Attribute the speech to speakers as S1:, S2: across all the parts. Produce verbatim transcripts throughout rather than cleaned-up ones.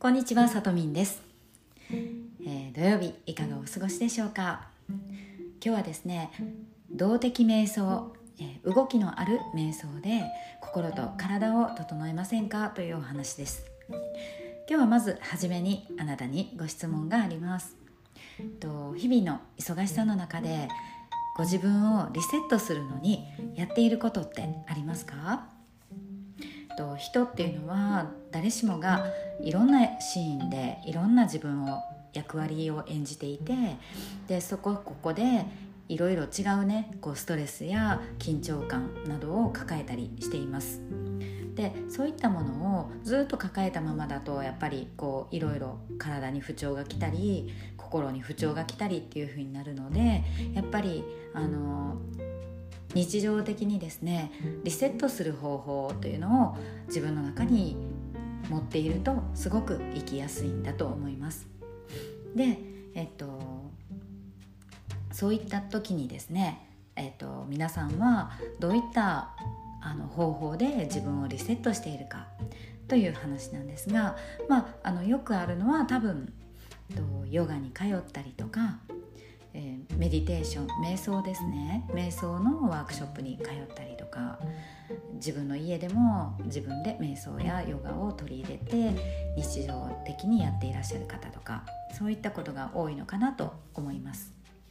S1: こんにちは、さとみんです、えー、土曜日いかがお過ごしでしょうか。今日はですね、動的瞑想、えー、動きのある瞑想で心と体を整えませんかというお話です。今日はまずはじめにあなたにご質問があります。と日々の忙しさの中でご自分をリセットするのにやっていることってありますか？と人っていうのは誰しもがいろんなシーンでいろんな自分を役割を演じていて、でそこここでいろいろ違うねこうストレスや緊張感などを抱えたりしています。でそういったものをずっと抱えたままだとやっぱりこういろいろ体に不調が来たり心に不調が来たりっていう風になるので、やっぱりあの日常的にですねリセットする方法というのを自分の中に持っているとすごく生きやすいんだと思います。で、えっと、そういった時にですね、えっと、皆さんはどういったあの方法で自分をリセットしているかという話なんですが、まあ、あのよくあるのは多分ヨガに通ったりとか、えー、メディテーション、瞑想ですね、瞑想のワークショップに通ったりとか、自分の家でも自分で瞑想やヨガを取り入れて日常的にやっていらっしゃる方とか、そういったことが多いのかなと思います。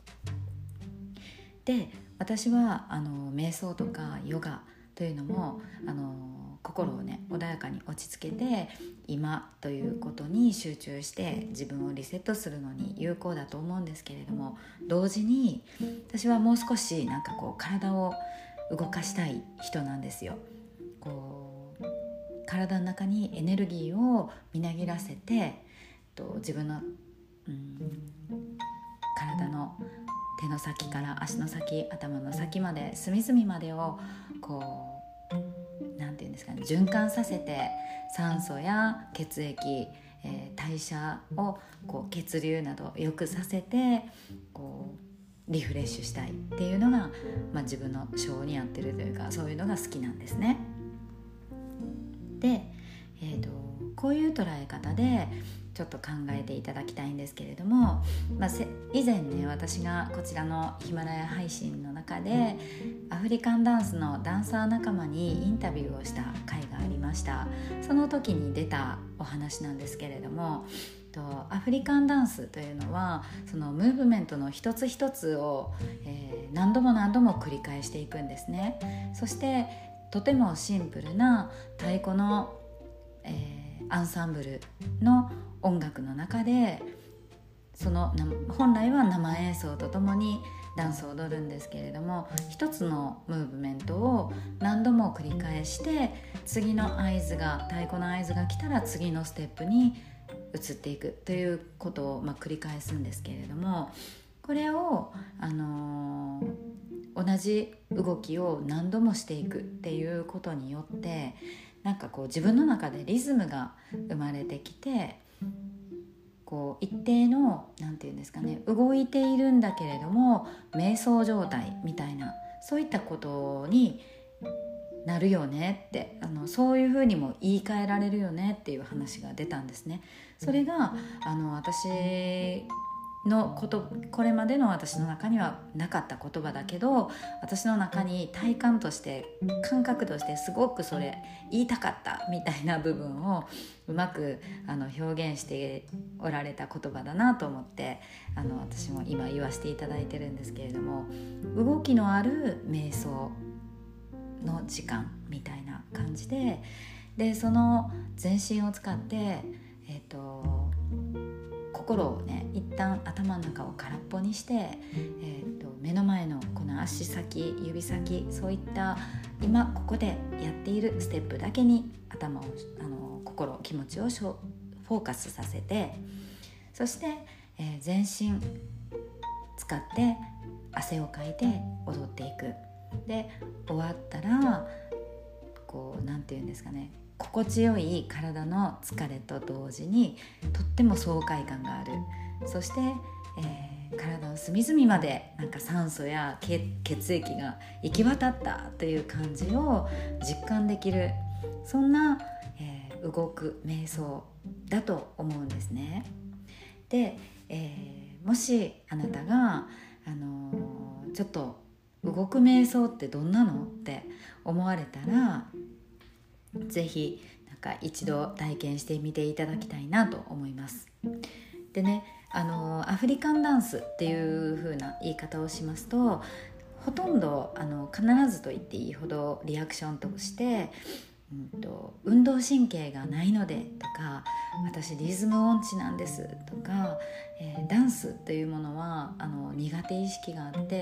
S1: で、私はあの瞑想とかヨガというのもあの心をね穏やかに落ち着けて今ということに集中して自分をリセットするのに有効だと思うんですけれども、同時に私はもう少しなんかこう体を動かしたい人なんですよ。こう体の中にエネルギーをみなぎらせてと自分の、うん、体の手の先から足の先、頭の先まで隅々までをこうなんていうんですかね、循環させて酸素や血液、えー、代謝をこう血流など良くさせてこうリフレッシュしたいっていうのが、まあ、自分の性に合ってるというかそういうのが好きなんですね。で、えーと、こういう捉え方でちょっと考えていただきたいんですけれども、まあ、以前ね私がこちらのヒマラヤ配信の中でアフリカンダンスのダンサー仲間にインタビューをした回がありました。その時に出たお話なんですけれども、アフリカンダンスというのはそのムーブメントの一つ一つを、えー、何度も何度も繰り返していくんですね。そしてとてもシンプルな太鼓の、えー、アンサンブルの音楽の中でその本来は生演奏とともにダンスを踊るんですけれども、一つのムーブメントを何度も繰り返して次の合図が太鼓の合図が来たら次のステップに移っていくということを、まあ、繰り返すんですけれども、これを、あのー、同じ動きを何度もしていくっていうことによってなんかこう自分の中でリズムが生まれてきて、こう一定のなんていうんですかね、動いているんだけれども瞑想状態みたいなそういったことになるよねって、あのそういうふうにも言い換えられるよねっていう話が出たんですね。それがあの私のこと、これまでの私の中にはなかった言葉だけど、私の中に体感として感覚としてすごくそれ言いたかったみたいな部分をうまくあの表現しておられた言葉だなと思って、あの私も今言わせていただいてるんですけれども、動きのある瞑想の時間みたいな感じで、でその全身を使ってえっと心をね一旦頭の中を空っぽにして、えー、と目の前のこの足先指先そういった今ここでやっているステップだけに頭をあの心気持ちをフォーカスさせて、そして、えー、全身使って汗をかいて踊っていく。で終わったらこうなんていうんですかね、心地よい体の疲れと同時にとっても爽快感がある。そして、えー、体の隅々までなんか酸素や血液が行き渡ったという感じを実感できる、そんな、えー、動く瞑想だと思うんですね。で、えー、もしあなたが、あのー、ちょっと動く瞑想ってどんなのって思われたら、ぜひなんか一度体験してみていただきたいなと思います。でね、あのアフリカンダンスっていう風な言い方をしますと、ほとんどあの必ずと言っていいほどリアクションとして、うんと、運動神経がないのでとか、私リズム音痴なんですとか、えー、ダンスというものはあの苦手意識があって、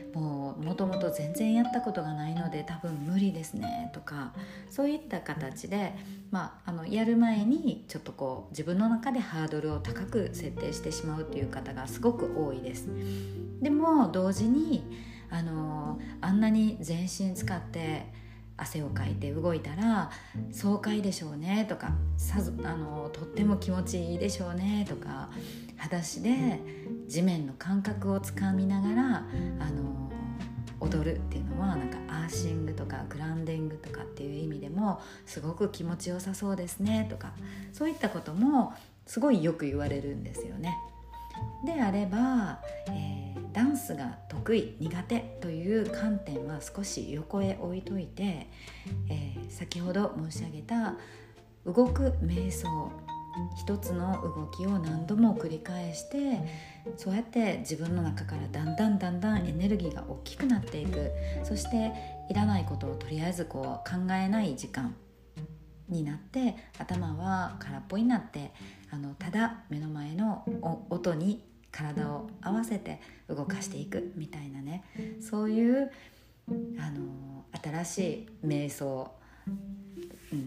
S1: もうもともと全然やったことがないので多分無理ですねとか、そういった形で、まあ、あのやる前にちょっとこう自分の中でハードルを高く設定してしまうという方がすごく多いです。でも同時にあのあんなに全身使って汗をかいて動いたら爽快でしょうねとか、さぞあのとっても気持ちいいでしょうねとか、裸足で地面の感覚をつかみながらあの踊るっていうのは、なんかアーシングとかグランディングとかっていう意味でもすごく気持ちよさそうですねとか、そういったこともすごいよく言われるんですよね。であれば、えー、ダンスが得意苦手という観点は少し横へ置いといて、えー、先ほど申し上げた動く瞑想、一つの動きを何度も繰り返して、そうやって自分の中からだんだんだんだんエネルギーが大きくなっていく。そしていらないことをとりあえずこう考えない時間になって、頭は空っぽになって、あのただ目の前の音に体を合わせて動かしていくみたいなね、そういうあの新しい瞑想、うん、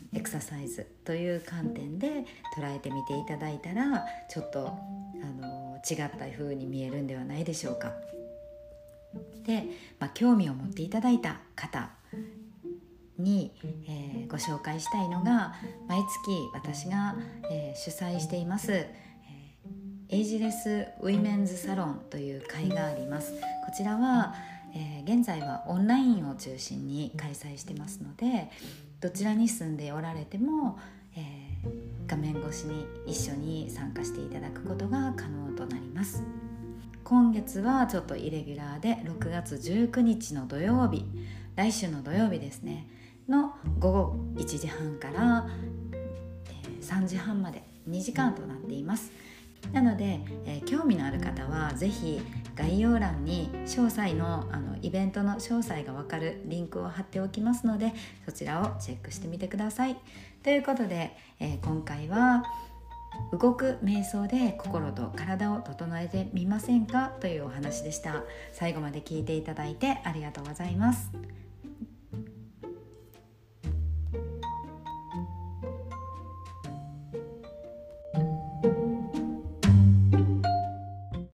S1: エクササイズという観点で捉えてみていただいたら、ちょっとあの違った風に見えるんではないでしょうか。で、まあ、興味を持っていただいた方に、えー、ご紹介したいのが、毎月私が、えー、主催しています、えー、エイジレスウィメンズサロンという会があります。こちらは、えー、現在はオンラインを中心に開催してますので、どちらに住んでおられても、えー、画面越しに一緒に参加していただくことが可能となります。今月はちょっとイレギュラーでろくがつじゅうくにちの土曜日、来週の土曜日ですねのごごいちじはんから、えー、さんじはんまでにじかんとなっています。なので、えー、興味のある方はぜひ概要欄に詳細の、あのイベントの詳細が分かるリンクを貼っておきますので、そちらをチェックしてみてください。ということで、えー、今回は動く瞑想で心と体を整えてみませんかというお話でした。最後まで聞いていただいてありがとうございます。